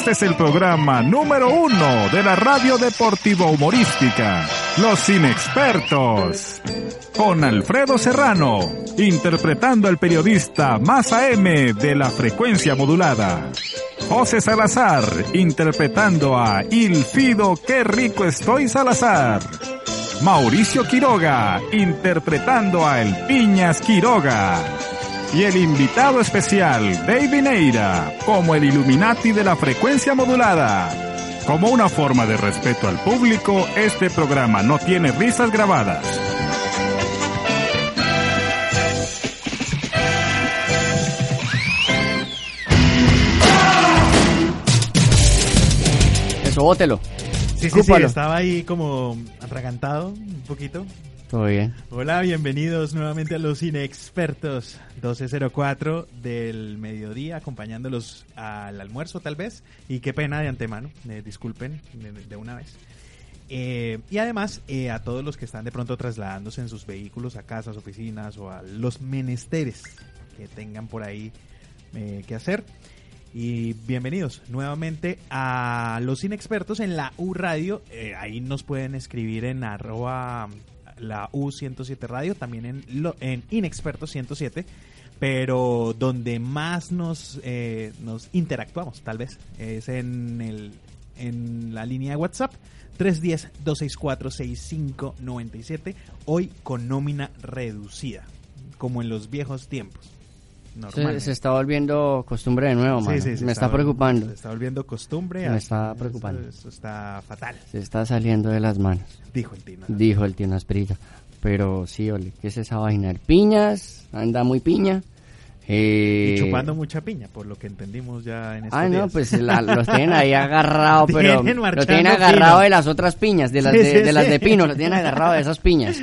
Este es el programa número 1 de la radio deportivo humorística, Los Inexpertos, con Alfredo Serrano, interpretando al periodista más AM de la frecuencia modulada. José Salazar, interpretando a Ilfido Qué Rico Estoy Salazar. Mauricio Quiroga, interpretando a El Piñas Quiroga. Y el invitado especial, David Neira, como el Illuminati de la frecuencia modulada. Como una forma de respeto al público, este programa no tiene risas grabadas. Eso, bótelo. Sí, estaba ahí como atragantado un poquito. Todo bien. Hola, bienvenidos nuevamente a Los Inexpertos, 12:04 del mediodía, acompañándolos al almuerzo tal vez, y qué pena de antemano, disculpen de una vez. Y además a todos los que están de pronto trasladándose en sus vehículos a casas, oficinas o a los menesteres que tengan por ahí que hacer. Y bienvenidos nuevamente a Los Inexpertos en la U Radio. Ahí nos pueden escribir en @ la U107 Radio, también en Inexpertos 107, pero donde más nos interactuamos tal vez es en la línea de WhatsApp 310-264-6597, hoy con nómina reducida, como en los viejos tiempos. Se está volviendo costumbre de nuevo, mano. Sí, me está preocupando. Se está volviendo costumbre. Me está preocupando. Eso está fatal. Se está saliendo de las manos. Dijo el Tino. Dijo el Tino Asprilla. Pero sí, ole, ¿qué es esa vaina? Piñas, anda muy piña. Y chupando mucha piña, por lo que entendimos ya en estos días. No, pues los tienen ahí agarrado, pero lo tienen agarrado de las otras piñas, de las de pino, lo tienen agarrado de esas piñas.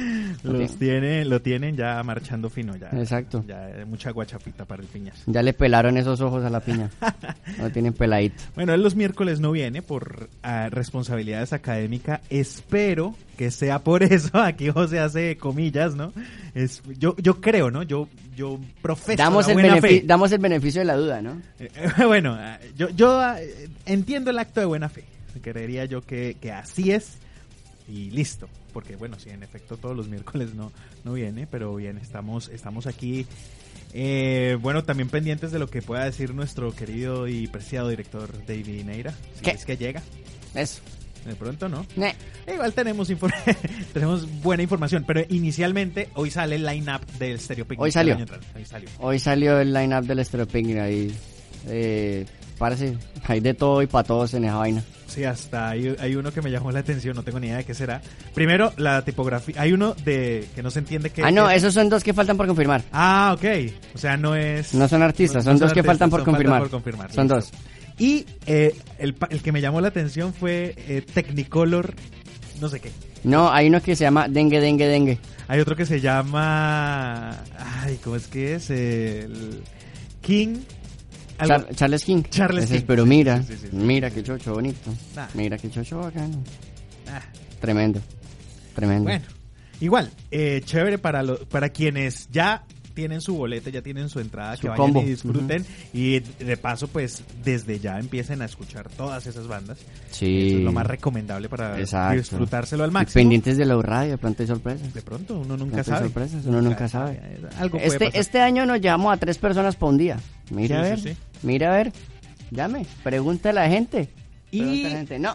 Lo tienen ya marchando fino ya. Exacto. Ya mucha guachapita para el Piñas. Ya le pelaron esos ojos a la piña. Lo tienen peladito. Bueno, él los miércoles no viene por responsabilidades académicas. Espero que sea por eso. Aquí José hace comillas, ¿no? Yo creo, ¿no? Yo profeso la buena fe. Damos el beneficio de la duda, ¿no? Bueno, yo entiendo el acto de buena fe. Creería yo que así es y listo. Porque bueno, sí, en efecto todos los miércoles no viene, pero bien, estamos aquí. Bueno, también pendientes de lo que pueda decir nuestro querido y preciado director David Neira. Si es que llega. Eso. De pronto, ¿no? Igual tenemos buena información, pero inicialmente hoy sale el line-up del Stereo Picnic. Hoy salió el line-up del Stereo Picnic. Ahí, parece, hay de todo y para todos en esa vaina. Sí, hasta hay uno que me llamó la atención, no tengo ni idea de qué será. Primero, la tipografía. Hay uno que no se entiende qué. Esos son dos que faltan por confirmar. Ok. O sea, no son artistas, son dos que faltan por confirmar. Son dos. Y el que me llamó la atención fue Technicolor, no sé qué. No, hay uno que se llama Dengue. Hay otro que se llama... ¿cómo es que es? El King... Charles King. King. Pero mira, mira qué chocho bonito. Mira qué chocho bacano. Tremendo. Bueno, igual, chévere para quienes ya tienen su boleta, ya tienen su entrada, que vayan y disfruten. Y de paso, pues, desde ya empiecen a escuchar todas esas bandas. Sí. Eso es lo más recomendable para disfrutárselo al máximo. Y pendientes de la radio, de pronto hay sorpresas. De pronto, uno nunca sabe. Uno nunca sabe. Algo puede pasar. Este año nos llevamos a 3 personas por un día. Mira a ver. Llame, pregunta a la gente. No,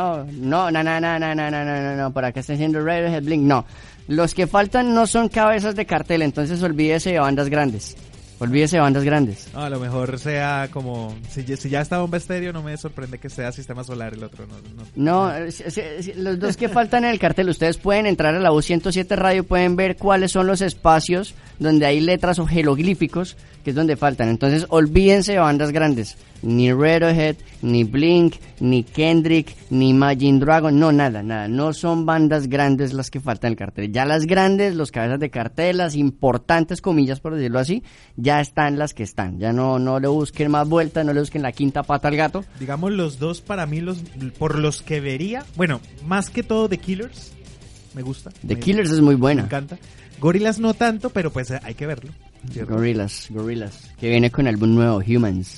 por acá está diciendo Radiohead, Blink, no. Los que faltan no son cabezas de cartel, entonces olvídese de bandas grandes. A lo mejor sea como... Si ya está Bomba Estéreo, no me sorprende que sea Sistema Solar el otro. No, los dos que faltan en el cartel, ustedes pueden entrar a la U107 Radio, pueden ver cuáles son los espacios donde hay letras o jeroglíficos, que es donde faltan. Entonces olvídense de bandas grandes. Ni Radiohead, ni Blink, ni Kendrick, ni Imagine Dragon, no, nada. No son bandas grandes las que faltan en el cartel. Ya las grandes, los cabezas de cartel, las importantes, comillas por decirlo así, ya están las que están. Ya no le busquen más vueltas, no le busquen la quinta pata al gato. Digamos, los dos para mí, por los que vería, bueno, más que todo The Killers, me gusta. The Killers es muy buena. Me encanta. Gorillaz no tanto, pero pues hay que verlo. Gorillaz, que viene con álbum nuevo, Humans.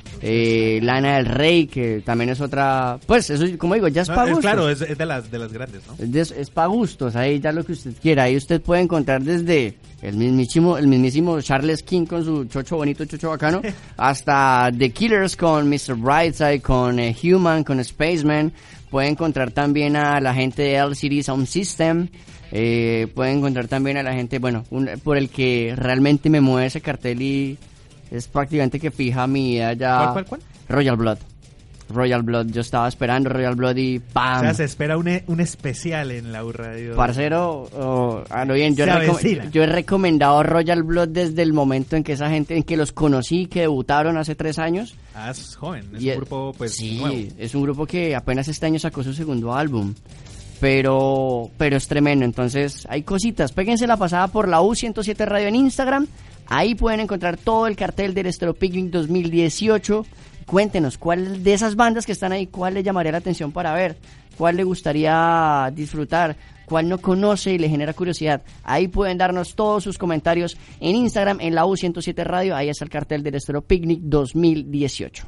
Lana del Rey, que también es otra, pues eso, como digo, ya es para gustos. Claro, es de las grandes, ¿no? Es para gustos, ahí ya lo que usted quiera. Ahí usted puede encontrar desde el mismísimo Charles King con su chocho bonito, chocho bacano, hasta The Killers con Mr. Brightside, con Human, con Spaceman. Puede encontrar también a la gente de LCD Sound System. Puede encontrar también a la gente, bueno, por el que realmente me mueve ese cartel y es prácticamente que fija mi vida ya. ¿Cuál? Royal Blood, yo estaba esperando Royal Blood y ¡pam! O sea, se espera un especial en la U Radio. Parcero, lo bien, yo he recomendado Royal Blood desde el momento en que esa gente, en que los conocí, que debutaron hace 3 años. Ah, es joven, es un grupo pues sí, nuevo. Es un grupo que apenas este año sacó su segundo álbum. Pero es tremendo, entonces hay cositas. Péguense la pasada por la U107 Radio en Instagram. Ahí pueden encontrar todo el cartel del Estéreo Picnic 2018. Cuéntenos, ¿cuál de esas bandas que están ahí, cuál le llamaría la atención para ver? ¿Cuál le gustaría disfrutar? ¿Cuál no conoce y le genera curiosidad? Ahí pueden darnos todos sus comentarios en Instagram, en la U107 Radio. Ahí está el cartel del Estéreo Picnic 2018.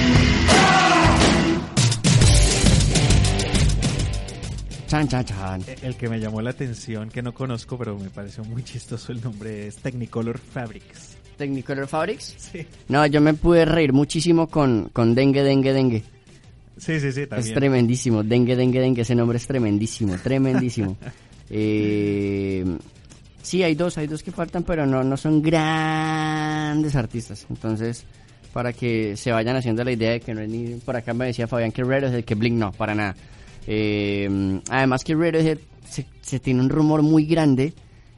Chan, chan, chan. El que me llamó la atención, que no conozco, pero me pareció muy chistoso el nombre, es Technicolor Fabrics. ¿Technicolor Fabrics? Sí. No, yo me pude reír muchísimo con Dengue, Dengue, Dengue. Sí, también. Es tremendísimo, Dengue, Dengue, Dengue, ese nombre es tremendísimo. Sí, hay dos que faltan, pero no son grandes artistas. Entonces, para que se vayan haciendo la idea de que no es ni... Por acá me decía Fabián que Radiohead, que Blink no, para nada. Además que Radiohead se tiene un rumor muy grande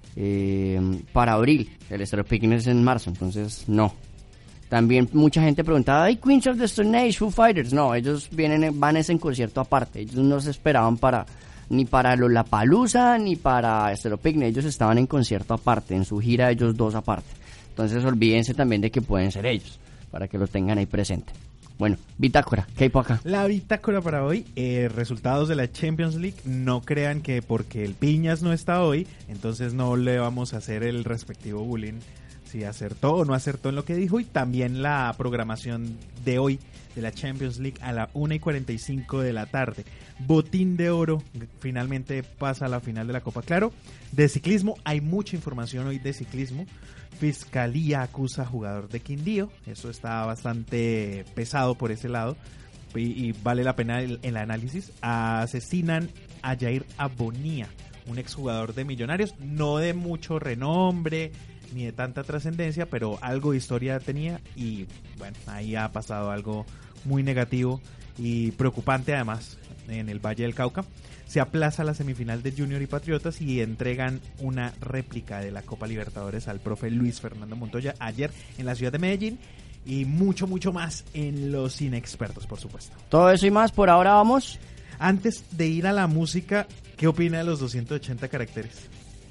para abril. El Estéreo Picnic es en marzo, entonces no. También mucha gente preguntaba, ¿hay Queens of the Stone Age, Foo Fighters? No, ellos van en concierto aparte. Ellos no se esperaban ni para Lollapalooza ni para Estéreo Picnic. Ellos estaban en concierto aparte, en su gira ellos dos aparte. Entonces olvídense también de que pueden ser ellos, para que lo tengan ahí presente. Bueno, bitácora, ¿qué hay por acá? La bitácora para hoy, resultados de la Champions League. No crean que porque el Piñas no está hoy, entonces no le vamos a hacer el respectivo bullying si acertó o no acertó en lo que dijo. Y también la programación de hoy de la Champions League a la 1:45 de la tarde. Botín de oro, finalmente pasa a la final de la Copa. Claro, de ciclismo, hay mucha información hoy de ciclismo. Fiscalía acusa a jugador de Quindío, eso está bastante pesado por ese lado y vale la pena el análisis. Asesinan a Jair Abonía, un exjugador de Millonarios, no de mucho renombre ni de tanta trascendencia, pero algo de historia tenía y bueno, ahí ha pasado algo muy negativo y preocupante además en el Valle del Cauca. Se aplaza la semifinal de Junior y Patriotas y entregan una réplica de la Copa Libertadores al profe Luis Fernando Montoya ayer en la ciudad de Medellín y mucho más en los inexpertos, por supuesto. Todo eso y más, por ahora vamos. Antes de ir a la música, ¿qué opina de los 280 caracteres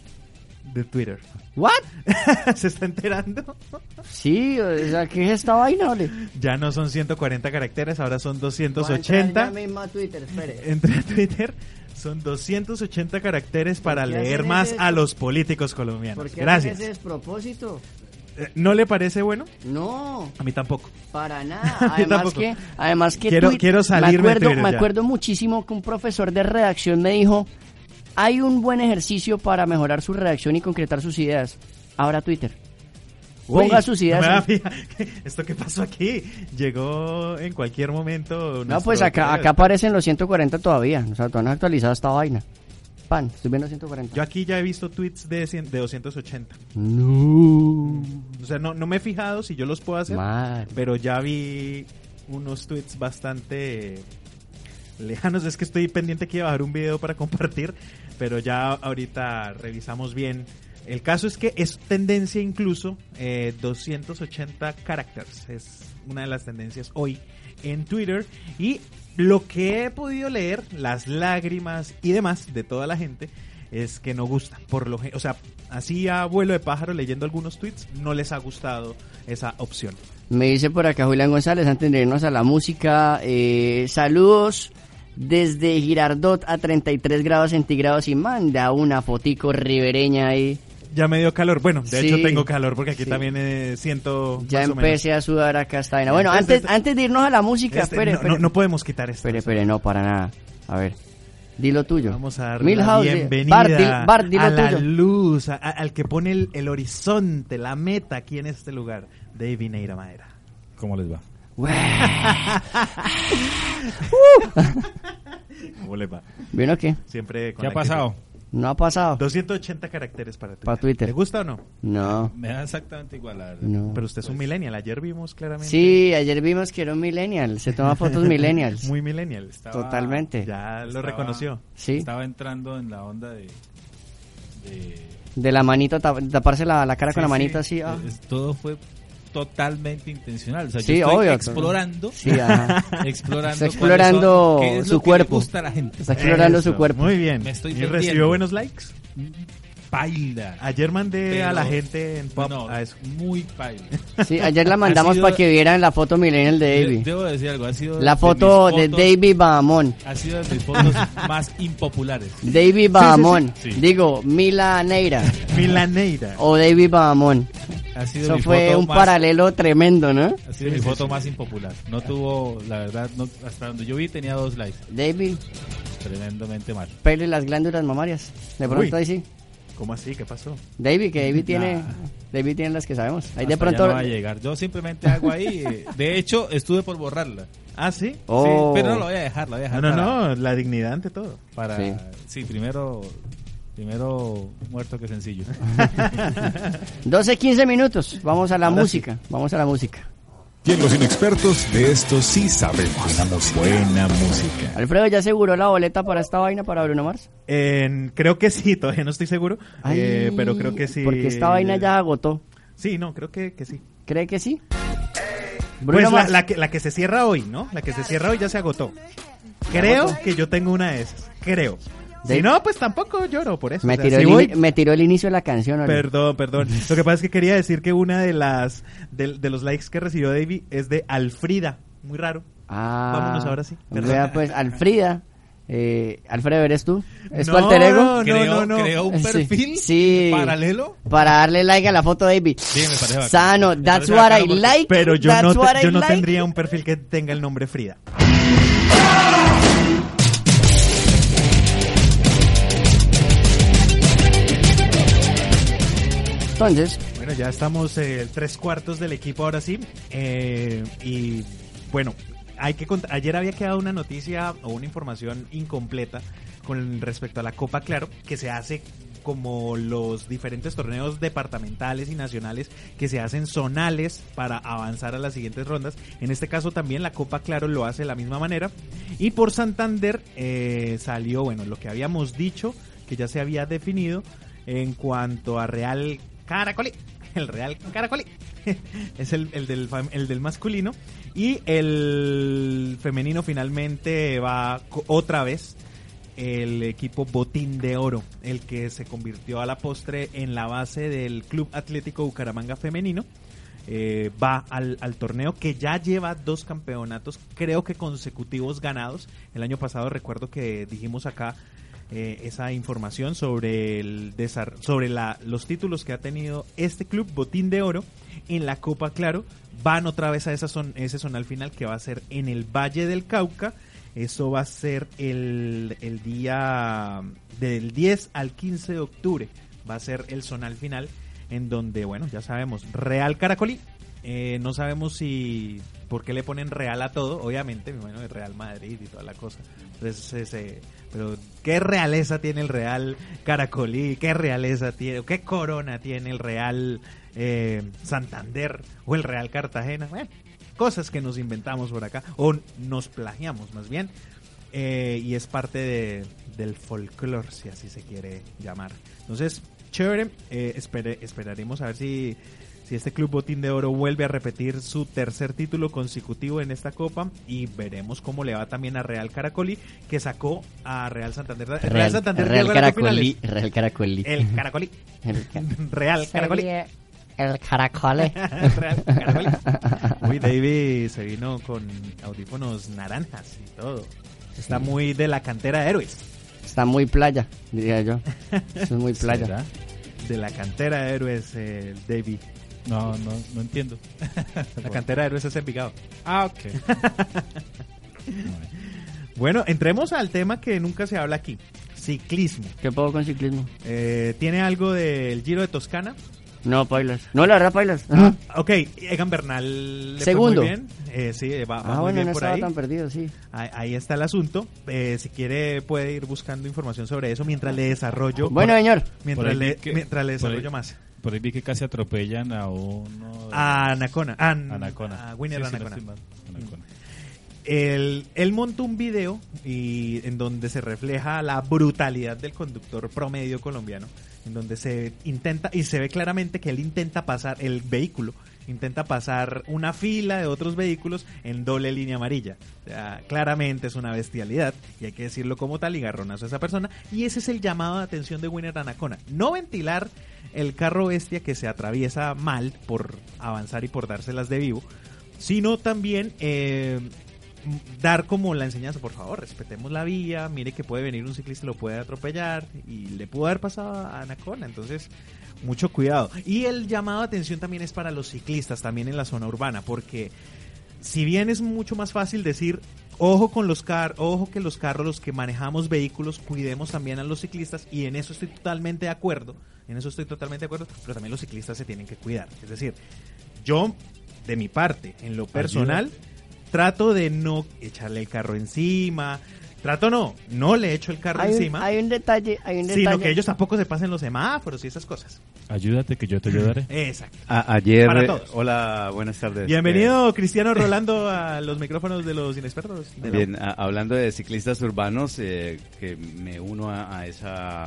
de Twitter? ¿What? ¿Se está enterando? Sí, o sea, ¿qué es esta vaina, ole? Ya no son 140 caracteres, ahora son 280. Ya mismo a Twitter, espere. Entre a Twitter. Son 280 caracteres para leer más a los políticos colombianos. ¿Por qué Gracias. ese despropósito? ¿No le parece bueno? No. A mí tampoco. Para nada. Además que quiero salirme de Twitter me acuerdo muchísimo que un profesor de redacción me dijo, hay un buen ejercicio para mejorar su redacción y concretar sus ideas. Abra Twitter. Ponga sus ideas. ¿Esto qué pasó aquí? Llegó en cualquier momento. No, pues acá aparecen los 140 todavía. O sea, todavía no ha actualizado esta vaina. Estoy viendo 140. Yo aquí ya he visto tweets de 280. No. O sea, no me he fijado si yo los puedo hacer. Pero ya vi unos tweets bastante lejanos. Es que estoy pendiente que iba a bajar un video para compartir. Pero ya ahorita revisamos bien. El caso es que es tendencia incluso 280 characters. Es una de las tendencias hoy en Twitter. Y lo que he podido leer, las lágrimas y demás de toda la gente, es que no gusta. O sea, así a vuelo de pájaro leyendo algunos tweets, no les ha gustado esa opción. Me dice por acá Julián González, antes de irnos a la música, saludos desde Girardot a 33 grados centígrados y manda una fotico ribereña ahí. Ya me dio calor. Bueno, de Sí. hecho tengo calor porque aquí Sí. también siento Ya más o menos. empecé a sudar acá esta vaina. Bueno, antes de irnos a la música, espere, no podemos quitar esto. espere, no, para nada. A ver, di lo tuyo. Vamos a dar la Milhouse, bienvenida Bart, di lo a la tuyo. luz, al que pone el horizonte, la meta aquí en este lugar, David Neira Maera. ¿Cómo les va? ¿Cómo le va? ¿Bien o qué? Siempre con ¿Qué ha la pasado? actitud. No ha pasado. 280 caracteres para Twitter. Para Twitter. ¿Le gusta o no? No, Me da exactamente igual, la verdad. no. Pero usted es un millennial, ayer vimos claramente. Sí, ayer vimos que era un millennial. Se toma fotos millennials. Muy millennial. Estaba- Totalmente. Ya lo estaba- reconoció. Sí. Estaba entrando en la onda de De la manito, taparse la cara con la Sí, manito sí. así. Todo fue totalmente intencional. O sea, Sí, yo estoy obvio. explorando, Sí, ajá. explorando, Está explorando cuáles son- qué es su lo que cuerpo. le gusta a la gente. Está explorando Eso, su cuerpo. Muy bien. Me estoy ¿Y perdiendo. recibió buenos likes? Paila. Ayer mandé Pero- a la gente en pop No, a eso. muy paila. Sí, ayer la mandamos Ha sido- para que vieran la foto millennial de Davey. Debo decir algo, ha sido La de foto mis de fotos- Davey Bahamón. Ha sido de mis fotos más impopulares. Davey Bahamón. sí. Sí. Digo, Mila Neira. Milaneira. O Davey Bahamón. Ha sido Eso mi fue foto un más- paralelo tremendo, ¿no? Ha sido mi foto más impopular. No tuvo, la verdad, no, hasta donde yo vi tenía 2 likes. Davey, Tremendamente mal. pelo y las glándulas mamarias. De pronto Uy. ahí sí. ¿Cómo así? ¿Qué pasó? Davey, que Davey tiene, Nah. Davey tiene las que sabemos. Ahí de Hasta pronto. allá no va a llegar. Yo simplemente hago ahí. De hecho, estuve por borrarla. ¿Ah, sí? Oh. Sí, pero no lo voy a dejar, la voy a No, dejar. no, la dignidad ante todo. Para, Sí. sí, primero muerto que sencillo. 12-15 minutos. Vamos a la Ahora música. Vamos a la música. Y en los inexpertos de esto sí sabemos. Buena música. Alfredo, ¿ya aseguró la boleta para esta vaina para Bruno Mars? Creo que sí, todavía no estoy seguro. Ay, Pero creo que sí. Porque esta vaina ya agotó. Sí, no, creo que sí. ¿Cree que sí? Pues Mars. la que se cierra hoy, ¿no? La que se cierra hoy ya se agotó. Creo que yo tengo una de esas. Creo. Si De- no, pues tampoco lloro por eso. Me O sea, tiró, si el voy- me tiró el inicio de la canción. Oli. Perdón. Lo que pasa es que quería decir que una de las de los likes que recibió Davey es de Alfrida. Muy raro. Ah, Vámonos ahora sí. Perdón. Vea pues, Alfrida. Alfredo, ¿eres tú? ¿Es tu No, alter ego? no. Creo un Sí, perfil sí. paralelo. Para darle like a la foto de David. Sí, me parece bacán. Sano, Me that's parece what I bacano porque- like. Pero yo that's no, what I yo no like. tendría un perfil que tenga el nombre Frida. Entonces, Bueno, ya estamos 3/4 del equipo ahora sí. Y bueno, ayer había quedado una noticia o una información incompleta con respecto a la Copa Claro, que se hace como los diferentes torneos departamentales y nacionales que se hacen zonales para avanzar a las siguientes rondas. En este caso también la Copa Claro lo hace de la misma manera. Y por Santander salió, bueno, lo que habíamos dicho, que ya se había definido en cuanto a Real Caracolí. El Real Caracolí es el del masculino. Y el femenino finalmente va otra vez el equipo Botín de Oro, el que se convirtió a la postre en la base del Club Atlético Bucaramanga femenino. Va al torneo que ya lleva 2 campeonatos, creo que consecutivos ganados. El año pasado recuerdo que dijimos acá esa información sobre los títulos que ha tenido este club Botín de Oro en la Copa Claro. Van otra vez a ese zonal final que va a ser en el Valle del Cauca. Eso va a ser el día del 10 al 15 de octubre. Va a ser el zonal final en donde, bueno, ya sabemos, Real Caracolí. No sabemos si por qué le ponen Real a todo, obviamente, bueno, el Real Madrid y toda la cosa. Entonces, pero ¿qué realeza tiene el Real Caracolí? ¿Qué realeza tiene? ¿Qué corona tiene el Real Santander o el Real Cartagena? Bueno, cosas que nos inventamos por acá, o nos plagiamos más bien, y es parte del folclore, si así se quiere llamar. Entonces, chévere, esperaremos a ver si este Club Botín de Oro vuelve a repetir su tercer título consecutivo en esta copa, y veremos cómo le va también a Real Caracolí, que sacó a Real Santander. Real Santander Real llegó a las Caracolí. finales. Real Caracolí. El Caracolí. Real Caracolí. El Caracole. Real Caracolí. Uy, David se vino con audífonos naranjas y todo. Está muy de la cantera de héroes. Está muy playa, diría yo. Eso es muy playa. ¿Será? de la cantera de héroes, David. No entiendo. La cantera de héroes es Envigado. Ah, ok. Bueno, entremos al tema que nunca se habla aquí. Ciclismo. ¿Qué puedo con ciclismo? ¿Tiene algo del Giro de Toscana? No, pailas. No, la verdad, pailas. Ok, Egan Bernal le Segundo. fue muy bien. Sí, va muy bueno, bien no por estaba ahí. tan perdido, sí. Ahí está el asunto. Si quiere puede ir buscando información sobre eso mientras le desarrollo. Bueno, señor. Mientras le por desarrollo ahí- más. Por ahí vi que casi atropellan a uno. A Anacona. Anacona. A Winner Sí, sí, no Anacona. estoy mal. Anacona. Él montó un video en donde se refleja la brutalidad del conductor promedio colombiano, en donde se intenta, y se ve claramente que él intenta pasar, el vehículo intenta pasar una fila de otros vehículos en doble línea amarilla. O sea, claramente es una bestialidad, y hay que decirlo como tal, y garronazo a esa persona, y ese es el llamado de atención de Winner Anacona. No ventilar el carro bestia que se atraviesa mal por avanzar y por dárselas de vivo, sino también dar como la enseñanza, por favor, respetemos la vía, mire que puede venir un ciclista, lo puede atropellar, y le pudo haber pasado a Anacona, entonces mucho cuidado. Y el llamado de atención también es para los ciclistas, también en la zona urbana, porque si bien es mucho más fácil decir, ojo con ojo que los carros, los que manejamos vehículos, cuidemos también a los ciclistas, y en eso estoy totalmente de acuerdo, pero también los ciclistas se tienen que cuidar. Es decir, yo, de mi parte, en lo personal, trato de no echarle el carro encima. No le echo el carro encima. Hay un detalle. Sino que ellos tampoco se pasen los semáforos y esas cosas. Ayúdate que yo te ayudaré. Exacto. Ayer, Para todos. hola, buenas tardes. Bienvenido, Cristiano Rolando, a los micrófonos de los inexpertos. Bien, hablando de ciclistas urbanos, que me uno a ese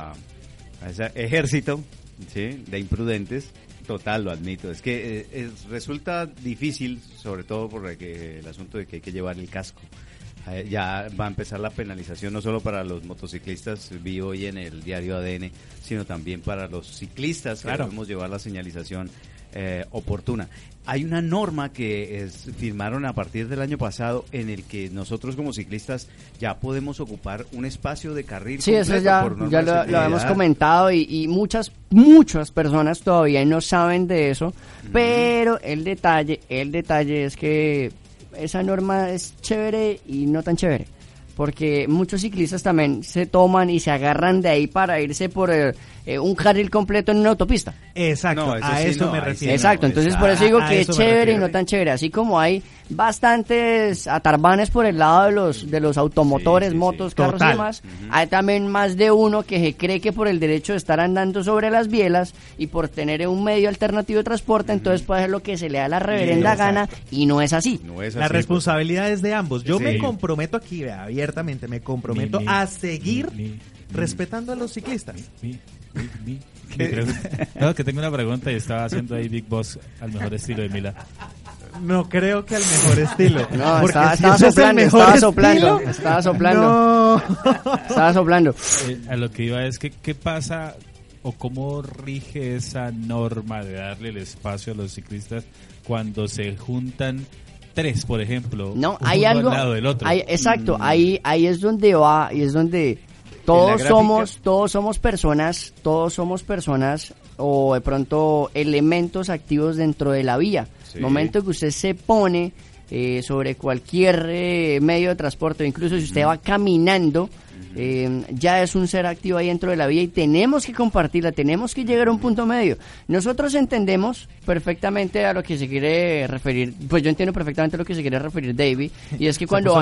ejército, ¿sí?, de imprudentes. Total, lo admito. Es que resulta difícil, sobre todo por el asunto de que hay que llevar el casco. Ya va a empezar la penalización no solo para los motociclistas, vi hoy en el diario ADN, sino también para los ciclistas, que debemos llevar la señalización oportuna. Hay una norma que firmaron a partir del año pasado en el que nosotros como ciclistas ya podemos ocupar un espacio de carril. Sí, eso ya lo hemos comentado y muchas personas todavía no saben de eso, pero el detalle es que esa norma es chévere y no tan chévere, porque muchos ciclistas también se toman y se agarran de ahí para irse por un carril completo en una autopista. Exacto, a eso me refiero. Exacto, entonces por eso digo que es chévere y no tan chévere, así como hay bastantes atarbanes por el lado de los automotores, motos, carros y demás, hay también más de uno que se cree que por el derecho de estar andando sobre las bielas y por tener un medio alternativo de transporte, entonces puede hacer lo que se le da la reverenda gana, y no es así. La responsabilidad es de ambos. Yo me comprometo aquí, abiertamente, a seguir respetando a los ciclistas. Que tengo una pregunta y estaba haciendo ahí Big Boss al mejor estilo de Mila. No creo que al mejor estilo. No, porque estaba soplando. No. Estaba soplando. A lo que iba es que ¿qué pasa o cómo rige esa norma de darle el espacio a los ciclistas cuando se juntan tres, por ejemplo? No, hay algo al lado del otro. Exacto, ahí es donde va, y es donde todos somos personas o de pronto elementos activos dentro de la vía. El momento que usted se pone sobre cualquier medio de transporte, incluso si usted va caminando, ya es un ser activo ahí dentro de la vía, y tenemos que compartirla, tenemos que llegar a un punto medio. Nosotros entendemos perfectamente a lo que se quiere referir, pues yo entiendo perfectamente a lo que se quiere referir David, y es que cuando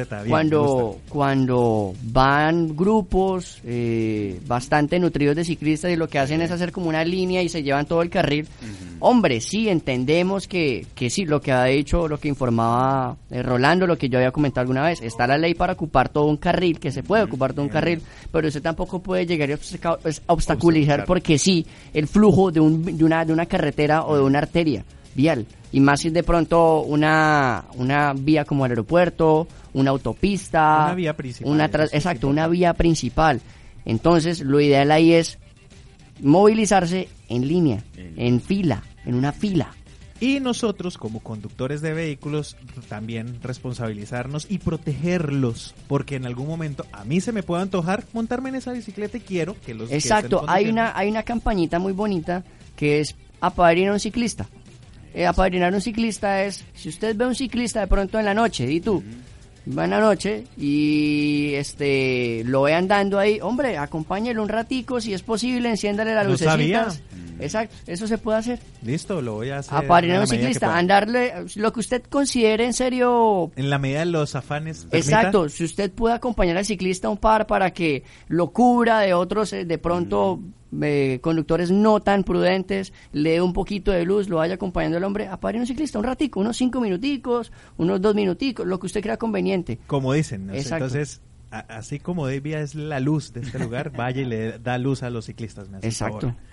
van grupos bastante nutridos de ciclistas y lo que hacen es hacer como una línea y se llevan todo el carril, hombre, sí, entendemos que sí, lo que ha dicho, lo que informaba Rolando, lo que yo había comentado alguna vez, está la ley para ocupar todo un carril, que se puede ocupar todo un carril, pero usted tampoco puede llegar y obstaculizar porque sí, el flujo de una carretera o de una arteria vial, y más si de pronto una vía como el aeropuerto, una autopista, una vía principal, una vía principal. Entonces lo ideal ahí es movilizarse en línea, en una fila, Y nosotros, como conductores de vehículos, también responsabilizarnos y protegerlos, porque en algún momento a mí se me puede antojar montarme en esa bicicleta y quiero que los Exacto, que estén hay una campañita muy bonita que es apadrinar a un ciclista. Apadrinar a un ciclista es, si usted ve a un ciclista de pronto en la noche, y tú, va en la noche y lo ve andando ahí, hombre, acompáñelo un ratico, si es posible, enciéndale las No lucecitas. sabía. Exacto, eso se puede hacer. Listo, lo voy a hacer. Apadrinar a un en la medida que ciclista, pueda. andarle lo que usted considere en serio. En la medida de los afanes. ¿permita? Exacto, si usted puede acompañar al ciclista un par para que lo cubra de otros, de pronto conductores no tan prudentes, le dé un poquito de luz, lo vaya acompañando el hombre, apadrine un ciclista un ratico, unos 5 minuticos, unos 2 minuticos, lo que usted crea conveniente. Como dicen, ¿no? Exacto. Entonces, así como David es la luz de este lugar, vaya y le da luz a los ciclistas. Me hace el Exacto. favor.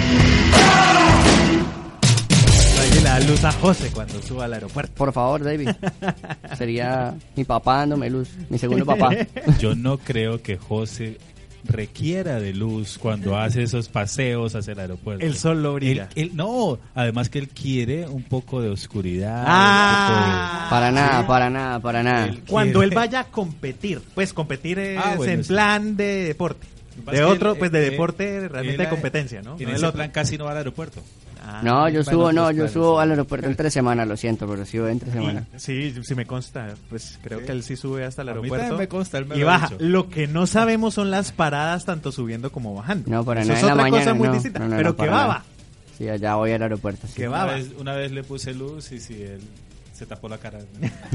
Vaya y le da luz a José cuando suba al aeropuerto. Por favor, David. Sería mi papá dándome luz, mi segundo papá. Yo no creo que José requiera de luz cuando hace esos paseos hacia el aeropuerto. El sol lo brilla. No, además que él quiere un poco de oscuridad. Para nada. Cuando él vaya a competir, pues competir es bueno, en sí. plan de deporte. Pasa De que otro, él, pues de deporte realmente de competencia, ¿no? En No ese el otro. plan casi no va al aeropuerto. No, yo bueno, subo al aeropuerto entre semana, lo siento, pero sí voy entre semana. Sí, sí me consta. Pues creo Sí. que él sí sube hasta el A mí aeropuerto. también me consta, él me y lo ha baja. dicho. Lo que no sabemos son las paradas tanto subiendo como bajando. No, para Eso nada es en la otra mañana, cosa muy no, distinta. no, pero no, que para baba. nada. Sí, allá voy al aeropuerto. Sí. Que baba. Una vez le puse luz y si él se tapó la cara.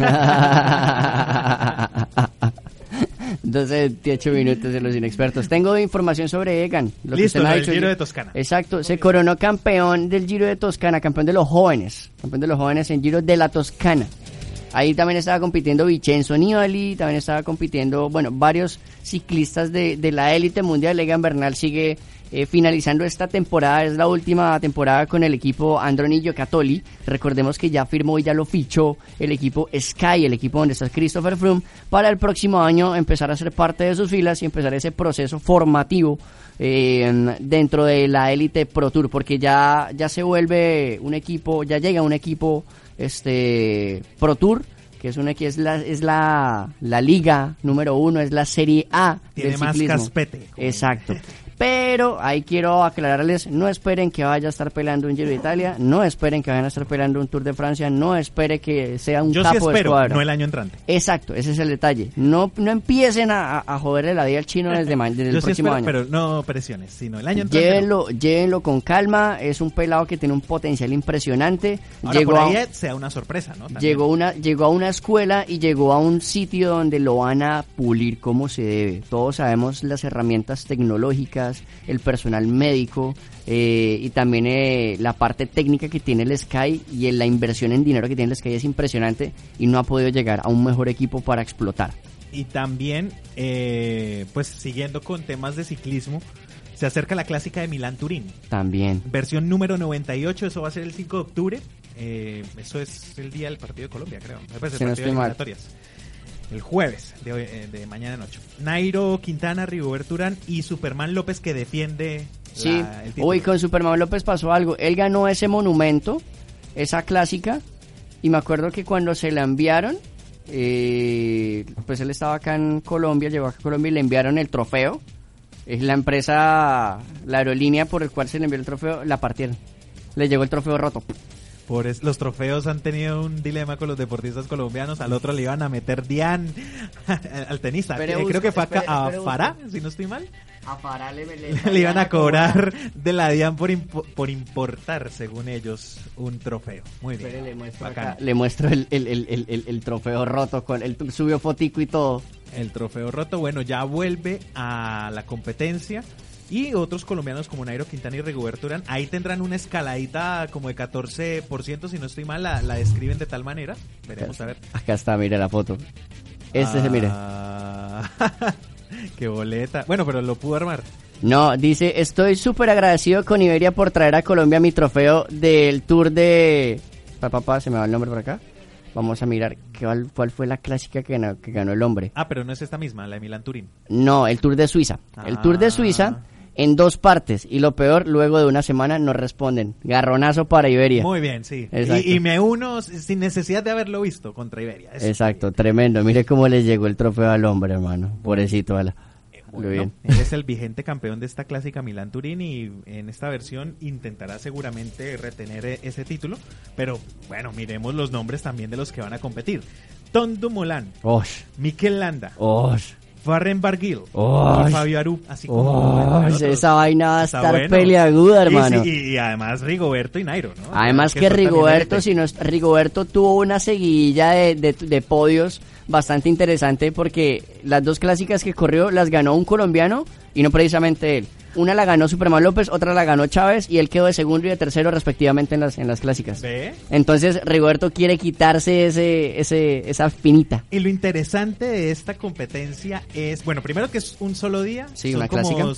12-18 minutos de los inexpertos. Tengo información sobre Egan. Lo que Listo, usted me ha lo del dicho. Giro de Toscana. Exacto, se coronó campeón del Giro de Toscana, campeón de los jóvenes en Giro de la Toscana. Ahí también estaba compitiendo Vincenzo Nibali, también estaba compitiendo, bueno, varios ciclistas de la élite mundial. Egan Bernal sigue finalizando esta temporada, es la última temporada con el equipo Androni Giocattoli. Recordemos que ya firmó y ya lo fichó el equipo Sky, el equipo donde está Christopher Froome, para el próximo año empezar a ser parte de sus filas y empezar ese proceso formativo dentro de la élite Pro Tour, porque ya se vuelve un equipo, ya llega un equipo Pro Tour, que es la liga número 1, es la Serie A Tiene del más ciclismo. caspete. Exacto. Pero ahí quiero aclararles, no esperen que vaya a estar peleando un Giro de Italia, no esperen que vayan a estar peleando un Tour de Francia, no espere que sea un Yo sí capo de espero, escuadra. no el año entrante. Exacto, ese es el detalle. No empiecen a joderle la vida al chino desde el Yo sí próximo espero, año. pero no presiones, sino el año entrante. no. Llévenlo con calma, es un pelado que tiene un potencial impresionante. Ahora, llegó por a, ahí sea una sorpresa, ¿no? También. llegó a una escuela y llegó a un sitio donde lo van a pulir como se debe. Todos sabemos las herramientas tecnológicas, el personal médico y también la parte técnica que tiene el Sky y la inversión en dinero que tiene el Sky es impresionante y no ha podido llegar a un mejor equipo para explotar. Y también, pues siguiendo con temas de ciclismo, se acerca la clásica de Milán-Turín. También. Versión número 98, eso va a ser el 5 de octubre. Eso es el día del partido de Colombia, creo. Pues el Si no partido de estoy mal. eliminatorias. El jueves de mañana noche. Nairo Quintana, Rigoberto Urán y Superman López que defiende Sí, el título. hoy con Superman López pasó algo. Él ganó ese monumento, esa clásica, y me acuerdo que cuando se la enviaron, pues él estaba acá en Colombia, llegó acá a Colombia y le enviaron el trofeo. Es la empresa, la aerolínea por el cual se le envió el trofeo, la partieron. Le llegó el trofeo roto. Los trofeos han tenido un dilema con los deportistas colombianos. Al otro le iban a meter Dian al tenista. Creo que fue a Farah, si no estoy mal. A Farah Le iban a cobrar de la Dian por importar, según ellos, un trofeo. Muy bien. Le muestro el trofeo roto, él subió fotico y todo. El trofeo roto, bueno, ya vuelve a la competencia. Y otros colombianos como Nairo Quintana y Rigoberto Urán, ahí tendrán una escaladita como de 14%, si no estoy mal, la describen de tal manera. Veremos a ver. Acá está, mire la foto. Se mire. Qué boleta. Bueno, pero lo pudo armar. No, dice, estoy súper agradecido con Iberia por traer a Colombia mi trofeo del Tour de... Papá, se me va el nombre por acá. Vamos a mirar cuál fue la clásica que ganó el hombre. Pero no es esta misma, la de Milán Turín. No, el Tour de Suiza. El Tour de Suiza en 2 partes, y lo peor, luego de una semana nos responden. Garronazo para Iberia. Muy bien, sí. Exacto. Y me uno sin necesidad de haberlo visto contra Iberia. Eso. Exacto, tremendo. Mire cómo les llegó el trofeo al hombre, hermano. Pobrecito, ala. Muy bien. Él es el vigente campeón de esta clásica Milán-Turín y en esta versión intentará seguramente retener ese título. Pero bueno, miremos los nombres también de los que van a competir. Tom Dumoulin, Osh, Mikel Landa, osh, Warren Barguil Osh. y Fabio Aru, así como osh, esa vaina va a Está estar bueno. peleaguda, hermano. Y además Rigoberto y Nairo, ¿no? Además que son también Rigoberto, elite. Rigoberto tuvo una seguidilla de podios bastante interesante, porque las 2 clásicas que corrió las ganó un colombiano y no precisamente él. Una la ganó Superman López, otra la ganó Chávez, y él quedó de segundo y de tercero respectivamente en las clásicas. ¿Ve? Entonces Rigoberto quiere quitarse esa espinita. Y lo interesante de esta competencia es, bueno, primero que es un solo día, Sí, son una como clásica.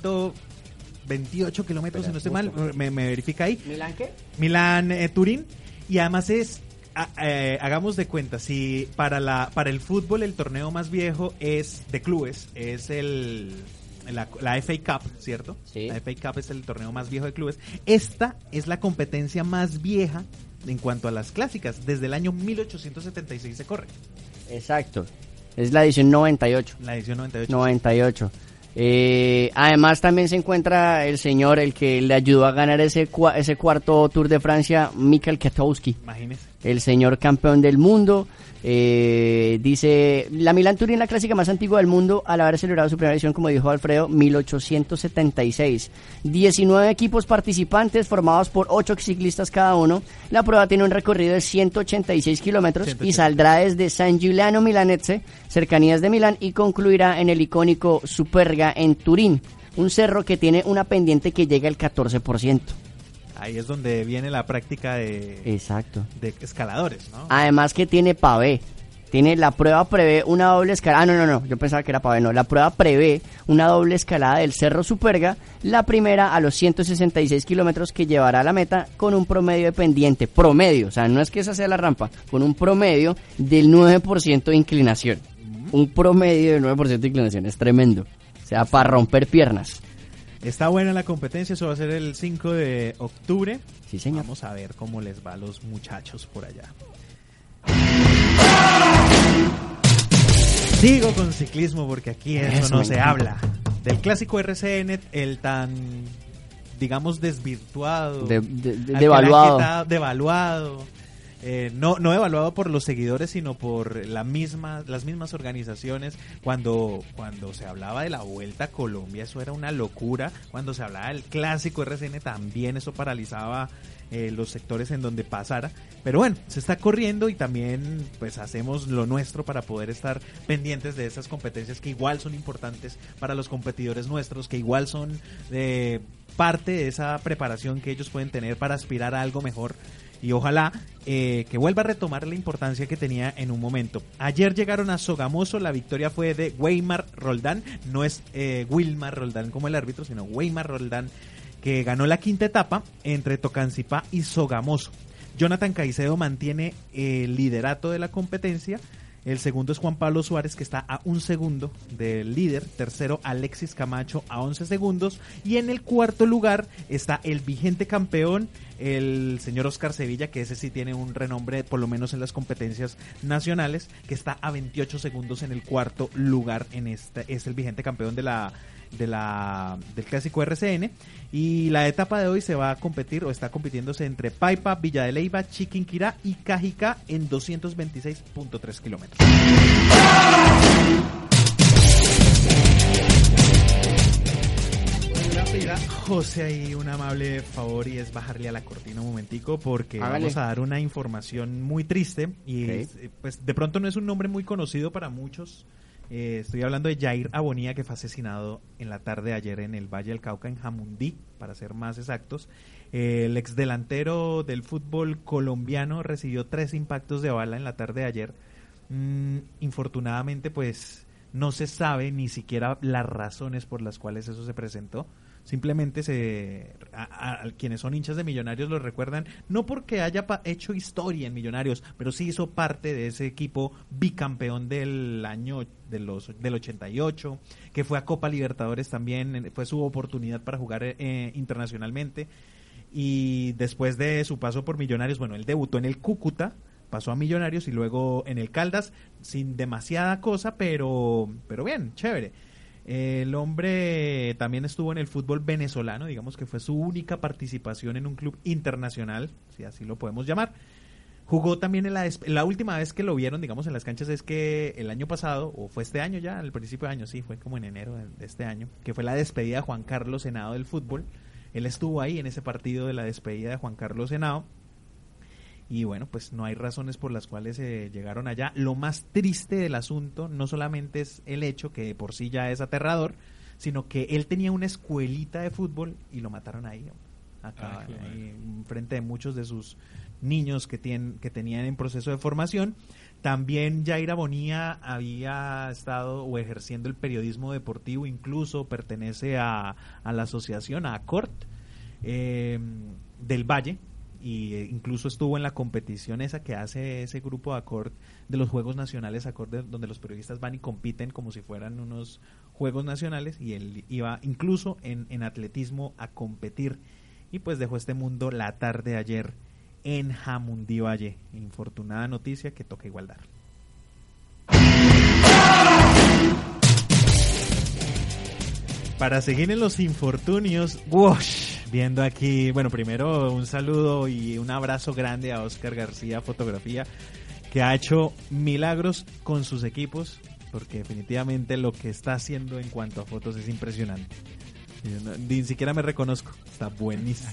128 kilómetros, si no estoy mal, me verifica ahí. ¿Milán qué? Milán, Turín, y además es, hagamos de cuenta, si para el fútbol el torneo más viejo es de clubes, es la FA Cup, ¿cierto? Sí. La FA Cup es el torneo más viejo de clubes. Esta es la competencia más vieja en cuanto a las clásicas. Desde el año 1876 se corre. Exacto. Es la edición 98. La edición 98. 98. Además también se encuentra el señor, el que le ayudó a ganar ese cuarto Tour de Francia, Mikel Kwiatkowski, Imagínese. el señor campeón del mundo. Dice, la Milán Turín, la clásica más antigua del mundo, al haber celebrado su primera edición, como dijo Alfredo, 1876. 19 equipos participantes formados por 8 ciclistas cada uno. La prueba tiene un recorrido de 186 kilómetros y 180. saldrá desde San Giuliano Milanese, cercanías de Milán, y concluirá en el icónico Superga en Turín, un cerro que tiene una pendiente que llega al 14%. Ahí es donde viene la práctica de Exacto. escaladores, ¿no? Además que tiene pavé. La prueba prevé una doble escalada. No. Yo pensaba que era pavé. No, la prueba prevé una doble escalada del Cerro Superga. La primera a los 166 kilómetros que llevará a la meta con un promedio de pendiente. Promedio, o sea, no es que esa sea la rampa. Con un promedio del 9% de inclinación. Un promedio del 9% de inclinación. Es tremendo. O sea, para romper piernas. Está buena la competencia, eso va a ser el 5 de octubre. Sí, señor. Vamos a ver cómo les va a los muchachos por allá. Sigo con ciclismo porque aquí eso no se habla. Del clásico RCN, el tan, digamos, desvirtuado. al que le han Devaluado. quitado- devaluado. No evaluado por los seguidores, sino por las mismas organizaciones. Cuando se hablaba de la Vuelta a Colombia, eso era una locura. Cuando se hablaba del clásico RCN, también eso paralizaba los sectores en donde pasara. Pero bueno, se está corriendo y también pues hacemos lo nuestro para poder estar pendientes de esas competencias que igual son importantes para los competidores nuestros, que igual son parte de esa preparación que ellos pueden tener para aspirar a algo mejor. Y ojalá que vuelva a retomar la importancia que tenía en un momento. Ayer llegaron a Sogamoso, la victoria fue de Weimar Roldán, no es Wilmar Roldán como el árbitro, sino Weimar Roldán, que ganó la quinta etapa entre Tocancipá y Sogamoso. Jonathan Caicedo mantiene el liderato de la competencia. El segundo es Juan Pablo Suárez, que está a 1 segundo del líder. Tercero, Alexis Camacho, a 11 segundos. Y en el cuarto lugar está el vigente campeón, el señor Oscar Sevilla, que ese sí tiene un renombre, por lo menos en las competencias nacionales, que está a 28 segundos en el cuarto lugar. Es el vigente campeón del clásico RCN. Y la etapa de hoy se va a competir, o está compitiéndose, entre Paipa, Villa de Leyva, Chiquinquirá y Cajicá en 226.3 kilómetros. Voy a pedir a José ahí un amable favor, y es bajarle a la cortina un momentico, porque Hágale. vamos a dar una información muy triste y Ok. pues de pronto no es un nombre muy conocido para muchos. Estoy hablando de Jair Abonía, que fue asesinado en la tarde de ayer en el Valle del Cauca, en Jamundí, para ser más exactos. El exdelantero del fútbol colombiano recibió 3 impactos de bala en la tarde de ayer. Infortunadamente, pues No se sabe ni siquiera las razones por las cuales eso se presentó. Simplemente a quienes son hinchas de Millonarios lo recuerdan, no porque haya hecho historia en Millonarios, pero sí hizo parte de ese equipo bicampeón del año del 88, que fue a Copa Libertadores también, fue su oportunidad para jugar internacionalmente. Y después de su paso por Millonarios, bueno, él debutó en el Cúcuta, pasó a Millonarios y luego en el Caldas, sin demasiada cosa, pero bien, chévere. El hombre también estuvo en el fútbol venezolano, digamos que fue su única participación en un club internacional, si así lo podemos llamar. Jugó también la última vez que lo vieron, digamos, en las canchas es que el año pasado, o fue este año ya, al principio de año, sí, fue como en enero de este año, que fue la despedida de Juan Carlos Henao del fútbol. Él estuvo ahí en ese partido de la despedida de Juan Carlos Henao. Y bueno, pues no hay razones por las cuales llegaron allá. Lo más triste del asunto no solamente es el hecho, que por sí ya es aterrador, sino que él tenía una escuelita de fútbol y lo mataron ahí, acá, ahí frente de muchos de sus niños que tenían en proceso de formación. También Yaira Bonilla había estado o ejerciendo el periodismo deportivo, incluso pertenece a la asociación, a ACORT del Valle, y incluso estuvo en la competición esa que hace ese grupo de ACORT de los Juegos Nacionales ACORT, donde los periodistas van y compiten como si fueran unos Juegos Nacionales, y él iba incluso en atletismo a competir, y pues dejó este mundo la tarde de ayer en Jamundí-Valle. Infortunada noticia que toca igual dar. Para seguir en los infortunios, viendo aquí, bueno, primero un saludo y un abrazo grande a Oscar García Fotografía, que ha hecho milagros con sus equipos, porque definitivamente lo que está haciendo en cuanto a fotos es impresionante. Ni siquiera me reconozco, está buenísimo.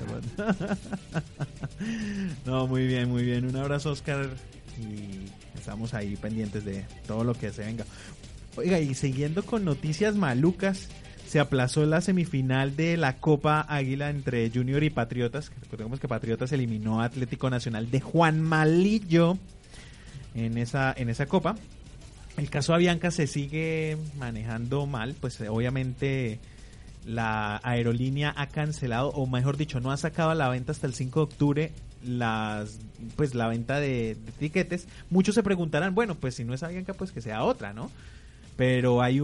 No, muy bien, un abrazo, Oscar, y estamos ahí pendientes de todo lo que se venga. Oiga, y siguiendo con noticias malucas, se aplazó la semifinal de la Copa Águila entre Junior y Patriotas. Recordemos que Patriotas eliminó a Atlético Nacional de Juan Malillo en esa copa. El caso Avianca se sigue manejando mal, pues obviamente la aerolínea ha cancelado, o mejor dicho, no ha sacado a la venta hasta el 5 de octubre la venta de tiquetes. Muchos se preguntarán, bueno, pues si no es Avianca, pues que sea otra, ¿no? Pero hay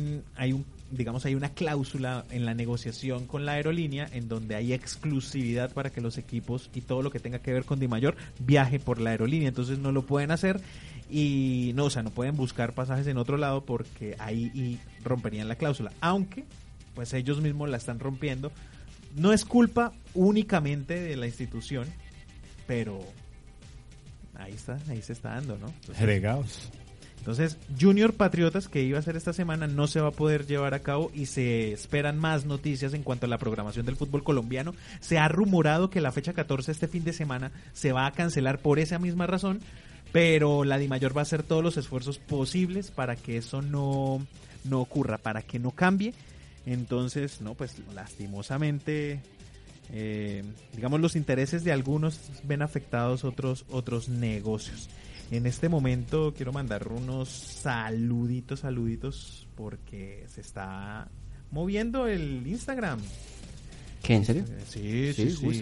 una cláusula en la negociación con la aerolínea en donde hay exclusividad para que los equipos y todo lo que tenga que ver con Dimayor viaje por la aerolínea, entonces no lo pueden hacer y no pueden buscar pasajes en otro lado porque ahí romperían la cláusula, aunque pues ellos mismos la están rompiendo. No es culpa únicamente de la institución, pero ahí se está dando, ¿no? Fregados. Entonces, Junior Patriotas, que iba a ser esta semana, no se va a poder llevar a cabo y se esperan más noticias en cuanto a la programación del fútbol colombiano. Se ha rumorado que la fecha 14 este fin de semana se va a cancelar por esa misma razón, pero la Dimayor va a hacer todos los esfuerzos posibles para que eso no ocurra, para que no cambie. Entonces, no, pues lastimosamente, digamos, los intereses de algunos ven afectados otros negocios. En este momento quiero mandar unos saluditos porque se está moviendo el Instagram. ¿Qué, en serio? Sí.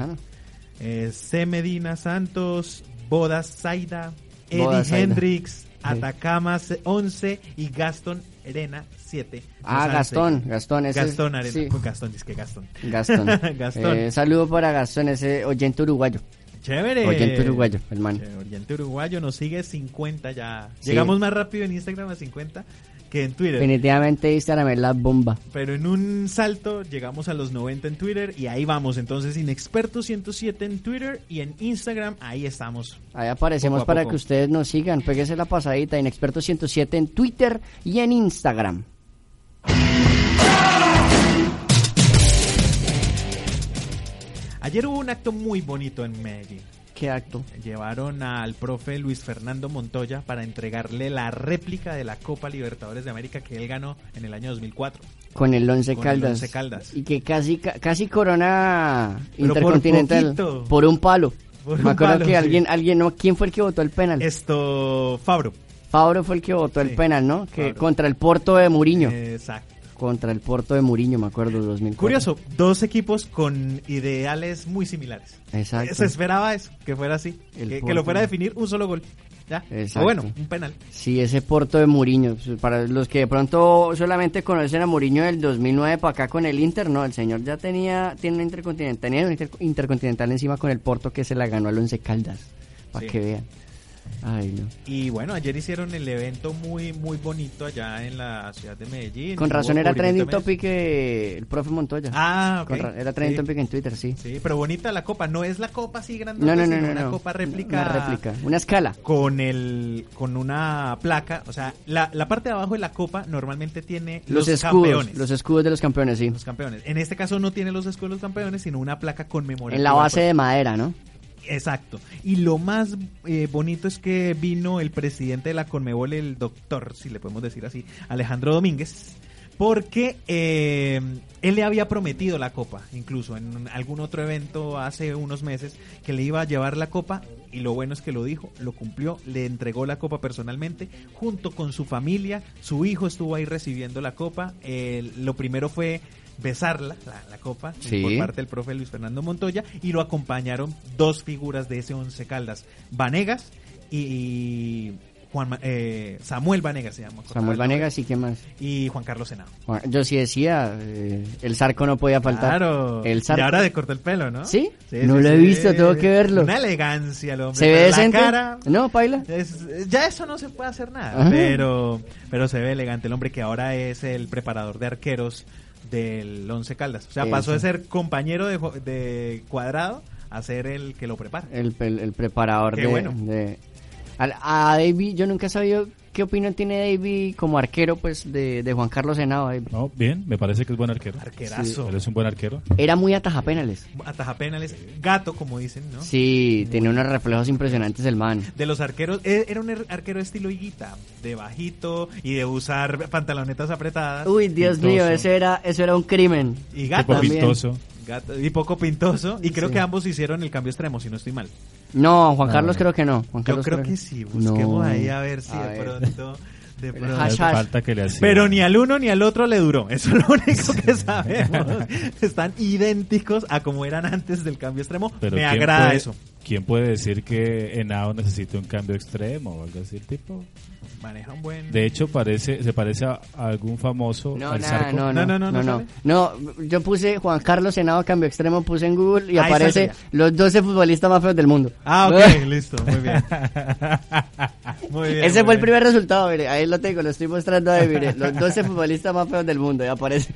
C. Medina Santos, Bodas Zaida, Eddie Hendrix, Atacama 11 y Gaston Arena 7. Gastón. Gastón Arena. Sí. Gastón. Gastón. Saludo para Gastón, ese oyente uruguayo. Chévere. Oyente uruguayo, hermano. Oyente uruguayo, nos sigue 50 ya. Sí. Llegamos más rápido en Instagram a 50 que en Twitter. Definitivamente Instagram es la bomba. Pero en un salto llegamos a los 90 en Twitter y ahí vamos. Entonces, Inexperto 107 en Twitter y en Instagram, ahí estamos. Ahí aparecemos para que ustedes nos sigan. Péguese la pasadita, Inexperto 107 en Twitter y en Instagram. Ayer hubo un acto muy bonito en Medellín. ¿Qué acto? Llevaron al profe Luis Fernando Montoya para entregarle la réplica de la Copa Libertadores de América que él ganó en el año 2004. Con el Once Caldas. Y que casi corona pero Intercontinental por un palo. Me acuerdo que sí. alguien, ¿quién fue el que votó el penal? Fabro. Fabro fue el que votó el Sí, penal, ¿no? Que Fabro. contra el Porto de Mourinho. Exacto. Contra el Porto de Mourinho, me acuerdo, 2004. Curioso, dos equipos con ideales muy similares. Exacto. Se esperaba eso, que fuera así. El Que Porto. lo fuera a definir un solo gol. Ya. Exacto. O bueno, un penal. Sí, ese Porto de Mourinho. Para los que de pronto solamente conocen a Mourinho del 2009 para acá con el Inter, no, el señor ya tiene un intercontinental encima con el Porto que se la ganó al Once Caldas. Para Sí. que vean. Ay, no. Y bueno, ayer hicieron el evento muy muy bonito allá en la ciudad de Medellín. Con razón Hubo era cubrimiento trending también. topic el profe Montoya. Ah, ok. Era trending Sí. topic en Twitter, sí. Sí, pero bonita la copa. No es la copa así grande, No, sino una no. copa réplica. Una réplica, una escala. Con una placa. O sea, la parte de abajo de la copa normalmente tiene Los escudos, campeones. los escudos de los campeones, sí. Los campeones. En este caso no tiene los escudos de los campeones, sino una placa conmemorativa. En la base de madera, ¿no? Exacto. Y lo más bonito es que vino el presidente de la Conmebol, el doctor, si le podemos decir así, Alejandro Domínguez, porque él le había prometido la copa, incluso en algún otro evento hace unos meses, que le iba a llevar la copa, y lo bueno es que lo dijo, lo cumplió, le entregó la copa personalmente, junto con su familia, su hijo estuvo ahí recibiendo la copa, lo primero fue besarla, la copa, Sí. por parte del profe Luis Fernando Montoya, y lo acompañaron dos figuras de ese Once Caldas, Vanegas y Samuel Vanegas se llama. Samuel Vanegas y qué más. Y Juan Carlos Henao. Yo sí decía, el Zarco no podía faltar. Claro. El Y Zarco. ahora de corto el pelo, ¿no? ¿Sí? No lo he visto, tengo que verlo. Una elegancia el hombre. ¿Se ve pero decente? La cara, No, paila. ya eso no se puede hacer nada, Ajá. pero se ve elegante el hombre, que ahora es el preparador de arqueros del Once Caldas. O sea, pasó de Eso. ser compañero de Cuadrado a ser el que lo prepara. El preparador Qué de... bueno. A David, yo nunca he sabido qué opinión tiene David como arquero, pues, de Juan Carlos Henao. David. No, bien, me parece que es buen arquero. Arquerazo. Él es un buen arquero. Era muy atajapenales. Ataja penales, gato, como dicen, ¿no? Sí, tenía unos reflejos impresionantes el man. De los arqueros, era un arquero estilo Higuita, de bajito y de usar pantalonetas apretadas. Uy, Dios Pintoso. mío, eso era un crimen. Y gato, Tipo también. pintoso. y poco pintoso. Y creo Sí. que ambos hicieron el cambio extremo, si no estoy mal. No, Juan No, Carlos no. creo que no. Juan Yo Carlos creo que sí, busquemos No. ahí a ver si A de ver. pronto... de El pronto. hash. Falta que le hacía. Pero ni al uno ni al otro le duró. Eso es lo único que sabemos. Están idénticos a como eran antes del cambio extremo. Pero Me ¿quién agrada puede- eso. ¿Quién puede decir que Henao necesita un cambio extremo o algo así? Tipo? Maneja un buen... De hecho, se parece a algún famoso No, al nada, Zarco. no, No, no, no, no, no, ¿sale? no. Yo puse Juan Carlos Henao cambio extremo, puse en Google y Ahí aparece saldría. los 12 futbolistas más feos del mundo. Ah, ok, listo, muy bien. Muy bien. Ese muy fue el bien. primer resultado, mire, ahí lo tengo, lo estoy mostrando ahí, mire, los 12 futbolistas más feos del mundo, y aparece.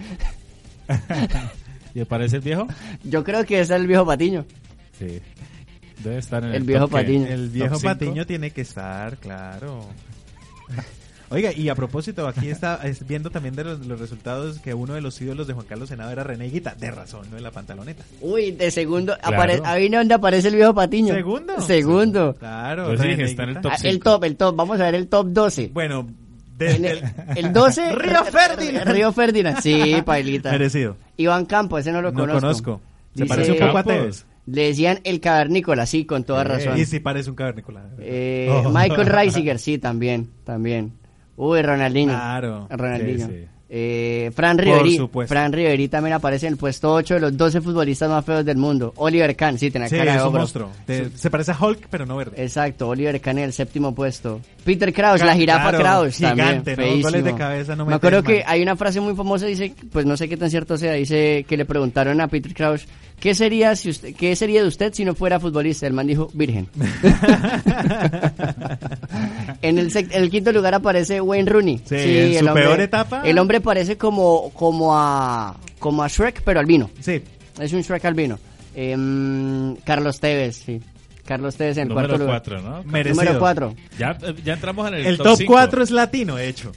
¿Y aparece el viejo? Yo creo que ese es el viejo Patiño. Sí. Debe estar en el El viejo top, ¿qué? Patiño. El viejo Top cinco. Patiño tiene que estar, claro. Oiga, y a propósito, aquí está viendo también de los resultados que uno de los ídolos de Juan Carlos Henao era René Higuita. De razón, no de la pantaloneta. Uy, de segundo, Claro. ahí donde aparece el viejo Patiño. ¿Segundo? Segundo. Claro. Pues sí, René que está en el Higuita. top. Ah, el top, vamos a ver el top 12. Bueno, En desde el 12, Río Ferdinand. Río Ferdinand, sí, pailita. merecido. Iván Campo, ese no lo No conozco. Se Dice- parece un poco a Campos. Tevez. Le decían el cavernícola, sí, con toda razón. Y sí parece un cavernícola. Michael Reisiger, sí, también. Uy, Ronaldinho. Claro. Ronaldinho. Sí, sí. Fran Por Riveri. supuesto. Fran Riveri también aparece en el puesto 8 de los 12 futbolistas más feos del mundo. Oliver Kahn, sí, tenía Sí, cara de es un ogro. monstruo. Se parece a Hulk, pero no verde. Exacto, Oliver Kahn en el séptimo puesto. Peter Kraus, la jirafa Claro, Kraus, gigante, también, ¿no? feísimo. Goles de cabeza no Me mete acuerdo el que man. hay una frase muy famosa, dice, pues no sé qué tan cierto sea, dice que le preguntaron a Peter Kraus, ¿qué sería de usted si no fuera futbolista? El man dijo, virgen. En el quinto lugar aparece Wayne Rooney. Sí, en su peor etapa. El hombre parece como a Shrek, pero albino. Sí. Es un Shrek albino. Carlos Tevez, sí. Carlos Tevez en el Número cuarto lugar. 4, ¿no? Merecido. Número 4. Ya entramos en El top cinco. 4 es latino, de hecho.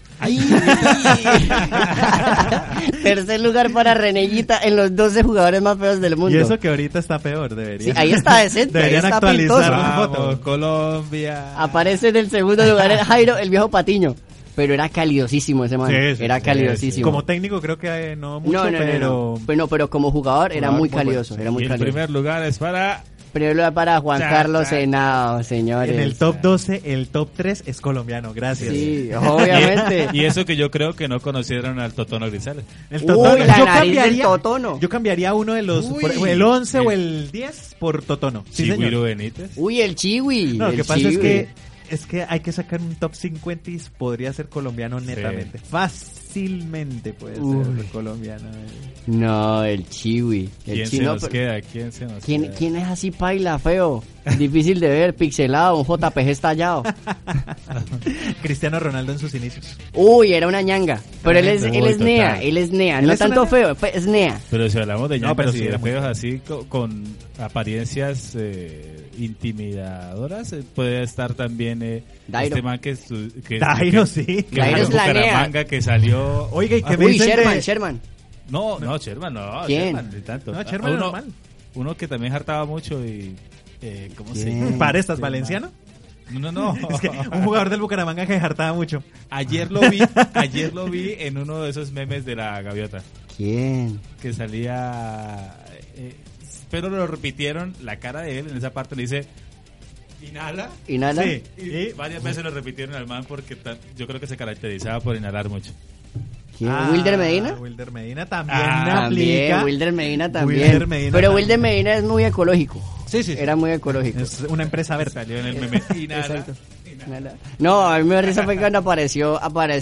Tercer lugar para Reneguita en los 12 jugadores más feos del mundo. Y eso que ahorita está peor, debería. Sí, ahí está decente, ahí Deberían está actualizar pintoso. la Vamos, foto. Colombia. Aparece en el segundo lugar el Jairo, el viejo Patiño. Pero era calidosísimo ese man. Sí, sí, era sí, calidosísimo. Como técnico creo que no mucho, pero... No, pero como jugador era Jugador muy muy calidoso. bueno. Era muy Y el calidoso. primer lugar es para Primer lugar para Juan Carlos Henao, señores. En el top 12, el top 3 es colombiano, gracias. Sí, obviamente. Y eso que yo creo que no conocieron al Totono Grisales. El Uy, Totono, la nariz del Totono. Yo cambiaría uno de los, el 11 o el 10 por Totono. Sí, Chigüiro señor. Benítez. Uy, el Chiwi. No, lo el que pasa Chiwi. es que hay que sacar un top 50 y podría ser colombiano netamente. Fácilmente puede ser colombiano. No, el Chiwi. El ¿Quién se chino, nos pero- queda? ¿Quién se nos ¿Quién, queda? ¿Quién es así paila, feo? Difícil de ver, pixelado, un JPG estallado. Cristiano Ronaldo en sus inicios. Uy, era una ñanga. Pero él es Uy, Nea, total. él es Nea. ¿Él No es tanto una feo, es Nea. Pero si hablamos de No, ñangas pero y sí, de era muy feos feo. así con apariencias intimidadoras, puede estar también Dairo. este man que Dairo, sí. que Dairo es la Nea. Bucaramanga, que salió. Oiga, ¿y qué me Uy, dicen Sherman, de- Sherman. No, Sherman, no. ¿Quién? Sherman, ni tanto. No, Sherman uno, normal. uno que también hartaba mucho y... ¿Cómo se ¿Quién? llama? ¿Parestas, Este valenciano? man. No. Es que un jugador del Bucaramanga que hartaba mucho. Ayer lo vi en uno de esos memes de la gaviota. ¿Quién? Que salía... pero lo repitieron, la cara de él en esa parte le dice... Inhala. ¿Inhala? Sí. Y varias veces lo repitieron al man porque yo creo que se caracterizaba por inhalar mucho. ¿Quién? ¿Wilder Medina? Wilder Medina también También, aplica. Wilder Medina también. Wilder Medina Pero también. Wilder Medina es muy ecológico. Sí. Era muy ecológico. Es una empresa verde. Salió en el meme. Inhala. Exacto. No, a mí me da risa fue cuando apareció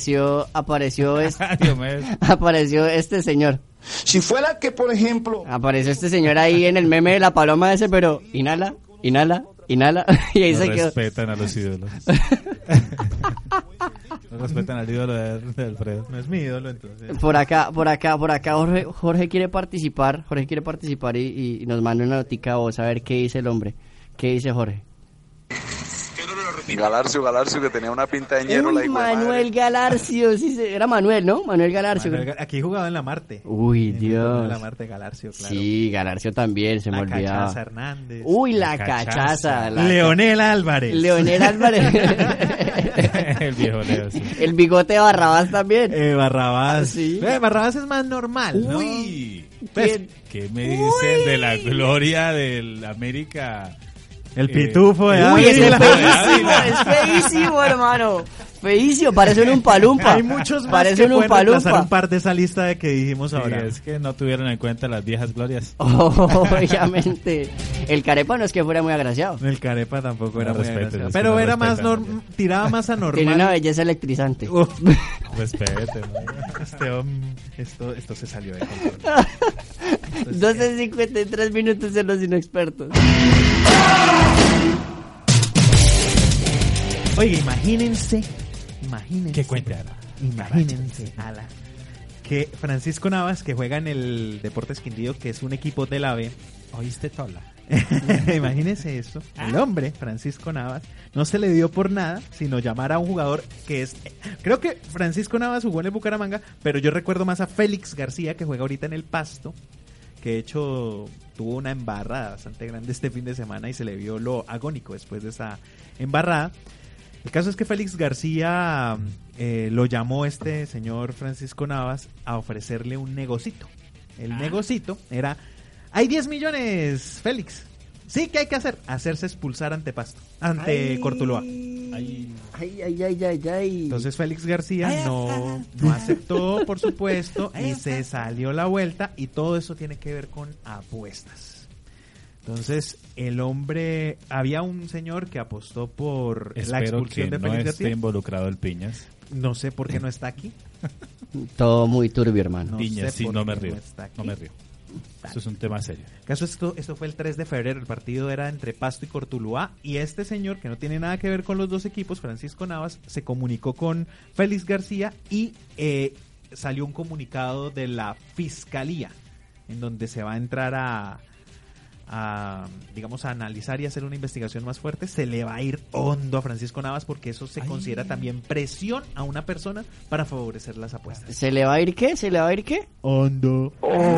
apareció este señor. Si fuera que, por ejemplo, Apareció este señor ahí en el meme de la paloma ese, pero inhala, inhala, inhala. Y ahí No se quedó. respetan a los ídolos. No respetan al ídolo de Alfredo. No es mi ídolo, entonces. Por acá, Jorge quiere participar. Jorge quiere participar y nos manda una notica a vos a ver qué dice el hombre. ¿Qué dice Jorge? Galarcio, que tenía una pinta de ñero, la Uy, hijo de madre. Manuel Galarcio, sí, era Manuel, ¿no? Manuel Galarcio. Aquí jugaba en la Marte. Uy, En Dios. la Marte Galarcio, claro. Sí, Galarcio también, se me La olvidaba. Cachaza Hernández. Uy, la La cachaza. Cachaza. Leonel Álvarez. Leonel Álvarez. El viejo Leo, sí. El bigote de Barrabás también. Barrabás. Sí. Barrabás es más normal, ¿no? Uy, Pues, ¿Quién? ¿qué me dicen de la gloria del América? el pitufo de Uy, ese es Ávila. feísimo, es feísimo, hermano. Feísimo, parece un palumpa. Hay muchos más Parece que un pueden reemplazar palumpa. un par de esa lista de que dijimos Sí, ahora. es que no tuvieron en cuenta las viejas glorias. Obviamente. El Carepa no es que fuera muy agraciado. El Carepa tampoco era No muy respeten, agraciado. es que Pero no era más respetan. tiraba más a Tiene una normal. belleza electrizante. Uf, Respeten. esto se salió de control. 12:53 minutos de los inexpertos. Oiga, imagínense. ¿Qué cuente ahora? Imagínense, Ala, que Francisco Navas, que juega en el Deportes Quindío, que es un equipo de la B. ¿Oíste, Tola? Imagínense esto. El hombre, Francisco Navas, no se le dio por nada, sino llamar a un jugador que es... Creo que Francisco Navas jugó en el Bucaramanga, pero yo recuerdo más a Félix García, que juega ahorita en el Pasto, que de hecho tuvo una embarrada bastante grande este fin de semana y se le vio lo agónico después de esa embarrada. El caso es que Félix García lo llamó este señor Francisco Navas a ofrecerle un negocito. El negocito era: hay 10 millones, Félix. Sí, ¿qué hay que hacer? Hacerse expulsar ante Pasto, ante Cortuluá. Ay. Entonces Félix García no aceptó, por supuesto, y se salió la vuelta, y todo eso tiene que ver con apuestas. Entonces, el hombre, había un señor que apostó por la Espero expulsión que de no Félix esté García. involucrado el Piñas. No sé por qué no está aquí. Todo muy turbio, hermano. No Piñas, sé sí, por no me qué río. no está aquí. No me río. Eso es un tema serio. Caso esto fue el 3 de febrero, el partido era entre Pasto y Cortuluá, y este señor, que no tiene nada que ver con los dos equipos, Francisco Navas, se comunicó con Félix García y salió un comunicado de la Fiscalía, en donde se va a entrar a digamos, a analizar y hacer una investigación más fuerte. Se le va a ir hondo a Francisco Navas, porque eso se considera también presión a una persona para favorecer las apuestas. ¿Se le va a ir qué? ¿Se le va a ir qué? Hondo.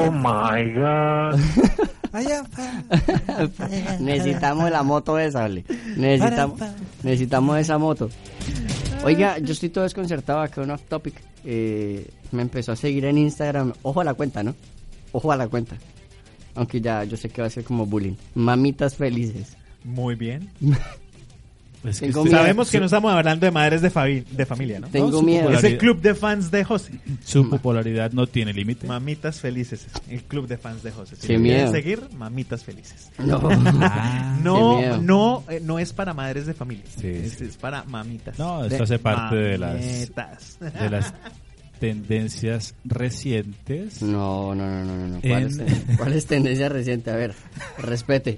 Necesitamos la moto esa, ¿vale? Necesitamos esa moto. Oiga, yo estoy todo desconcertado acá, un off topic. Me empezó a seguir en Instagram. Ojo a la cuenta, ¿no? Ojo a la cuenta. Aunque ya yo sé que va a ser como bullying. Mamitas felices. Muy bien. Es que Tengo usted- miedo. Sabemos que no estamos hablando de madres de familia, ¿no? Tengo su miedo. Es popularidad. el club de fans de José. Su popularidad no tiene límite. Mamitas felices. El club de fans de José. Si Qué lo quieren miedo. seguir, Mamitas felices. No. Ah, No, qué miedo. no es para madres de familia. Sí, Es para mamitas. no, esto hace parte de Mamitas. las tendencias recientes. No. ¿Cuál es tendencia reciente? A ver, respete.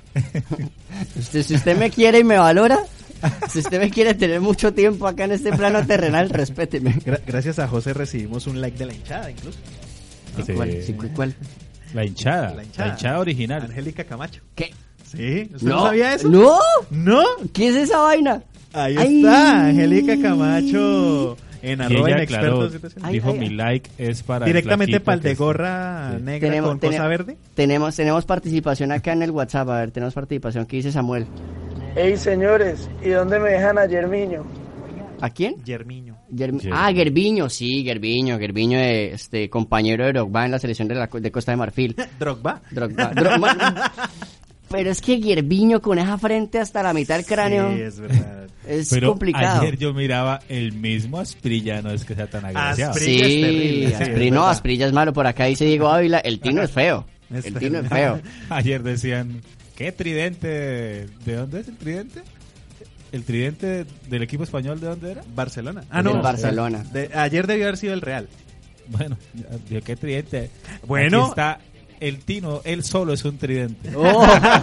Si usted me quiere y me valora, si usted me quiere tener mucho tiempo acá en este plano terrenal, respéteme. Gracias a José recibimos un like de la hinchada incluso. Sí. ¿Cuál? La hinchada original. Angélica Camacho. ¿Qué? ¿Sí? ¿Usted no sabía eso? ¡No! ¿No? ¿Qué es esa vaina? Ahí Ay. está, Angélica Camacho en Y arroba ella aclaró, inexpertos. Ay, dijo ay, mi ay. like es para Directamente el para el de flaquito que gorra Sí. negra con cosa verde. Tenemos participación acá en el WhatsApp. A ver, tenemos participación. ¿Qué dice Samuel? Hey señores, ¿y dónde me dejan a Yermiño? ¿A quién? Yermiño. Gerviño, sí, Gerviño, compañero de Drogba en la selección de Costa de Marfil. Drogba. Drogba. Pero es que Gerviño con esa frente hasta la mitad del cráneo Sí, es verdad. es Pero complicado. ayer yo miraba el mismo Asprilla, no es que sea tan agraciado. Asprilla es terrible, sí, es verdad. Asprilla es malo. Por acá dice Diego Ávila, el Tino es feo. Es El Tino es terrible. feo. Ayer decían, ¿qué tridente? ¿De dónde es el tridente? ¿El tridente del equipo español de dónde era? Barcelona. Del Barcelona. Ayer debió haber sido el Real. Bueno, ¿de qué tridente? Bueno. Aquí está el Tino, él solo es un tridente. Oh.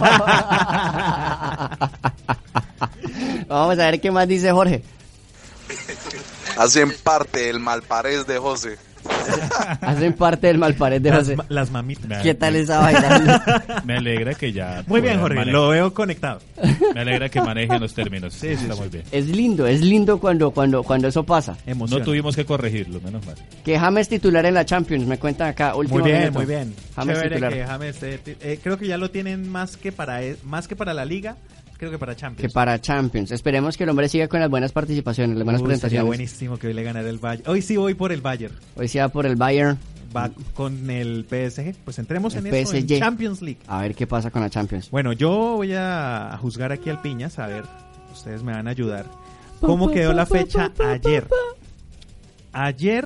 Vamos a ver qué más dice Jorge. Hacen parte del malparés de José. Hacen parte del malpared de José. Las mamitas. ¿Qué tal esa vaina? Me alegra que ya... Muy bien, puedan Jorge, manejar. lo veo conectado. Me alegra que manejen los términos. Sí, Está sí. muy bien. Es lindo cuando eso pasa. Emoción. No tuvimos que corregirlo, menos mal. Que James titular en la Champions, me cuentan acá. Último Muy bien, minuto. muy bien. James Chévere titular. que James creo que ya lo tienen más que para la Liga, creo que para Que Champions. para Champions. Esperemos que el hombre siga con las buenas participaciones, las buenas Sería presentaciones. buenísimo que hoy le ganara el Bayern. Hoy sí voy por el Bayern. Hoy se va por el Bayern. Va con el PSG. Pues entremos El en eso, en PSG. Champions League. A ver qué pasa con la Champions. Bueno, yo voy a juzgar aquí al Piñas, a ver, ustedes me van a ayudar. ¿Cómo quedó la fecha ayer? Ayer,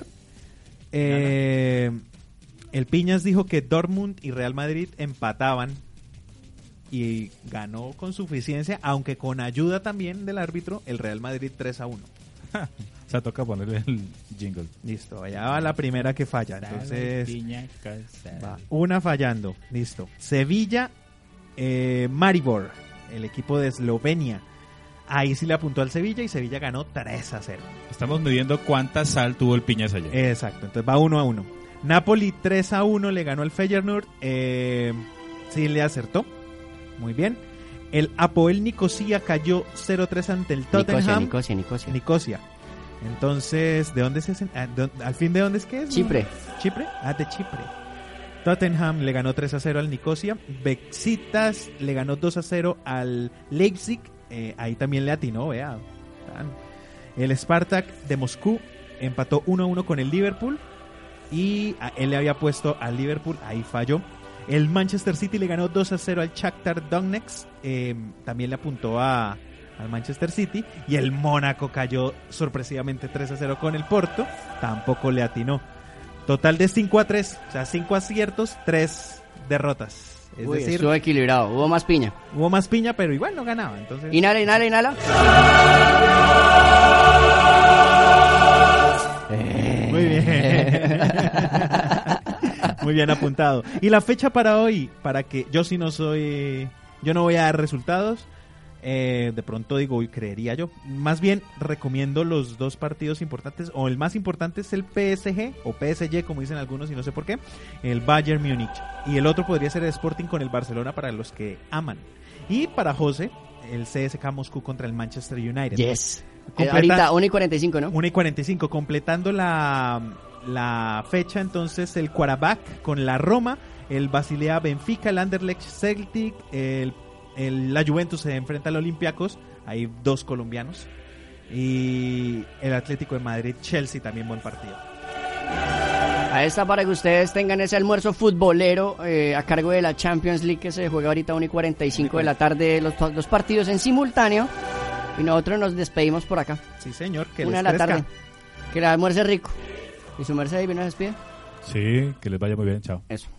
el Piñas dijo que Dortmund y Real Madrid empataban y ganó con suficiencia, aunque con ayuda también del árbitro, el Real Madrid 3-1. O sea, toca ponerle el jingle. Listo, allá va la primera que falla. Entonces, va una fallando. Listo. Sevilla, Maribor, el equipo de Eslovenia. Ahí sí le apuntó al Sevilla y Sevilla ganó 3-0. Estamos midiendo cuánta sal tuvo el Piñas ayer. Exacto, entonces va 1-1. Napoli 3-1 le ganó al Feyenoord. Sí le acertó. Muy bien. El Apoel Nicosia cayó 0-3 ante el Tottenham. Nicosia. Entonces, ¿de dónde es ese? ¿Al fin de dónde es que es? Chipre. ¿Chipre? Ah, de Chipre. Tottenham le ganó 3-0 al Nicosia. Besiktas le ganó 2-0 al Leipzig. Ahí también le atinó, vea. El Spartak de Moscú empató 1-1 con el Liverpool. Y él le había puesto al Liverpool, ahí falló. El Manchester City le ganó 2-0 al Shakhtar Donetsk. También le apuntó al Manchester City. Y el Mónaco cayó sorpresivamente 3-0 con el Porto. Tampoco le atinó. Total de 5-3. O sea, 5 aciertos, 3 derrotas. Es decir, estuvo equilibrado. Hubo más piña. hubo más piña, pero igual no ganaba. Entonces, Inhala. muy bien. Muy bien apuntado. Y la fecha para hoy, para que yo sí no soy... Yo no voy a dar resultados. De pronto digo, uy, creería yo. Más bien recomiendo los dos partidos importantes. O el más importante es el PSG o PSG, como dicen algunos y no sé por qué. El Bayern Múnich. Y el otro podría ser el Sporting con el Barcelona para los que aman. Y para José, el CSKA Moscú contra el Manchester United. Yes. Completa- Ahorita 1:45, ¿no? 1:45, completando la fecha, entonces el Qarabağ con la Roma, el Basilea Benfica, el Anderlecht Celtic, la Juventus se enfrenta al Olympiacos, hay dos colombianos, y el Atlético de Madrid Chelsea, también buen partido. Ahí está para que ustedes tengan ese almuerzo futbolero a cargo de la Champions League que se juega ahorita a 1:45 de la tarde, los partidos en simultáneo. Y nosotros nos despedimos por acá. Sí, señor, que 1 de les la crezca. tarde. Que la almuerce rico. ¿Y su merced ahí viene a despedir? Sí, que les vaya muy bien, chao. Eso.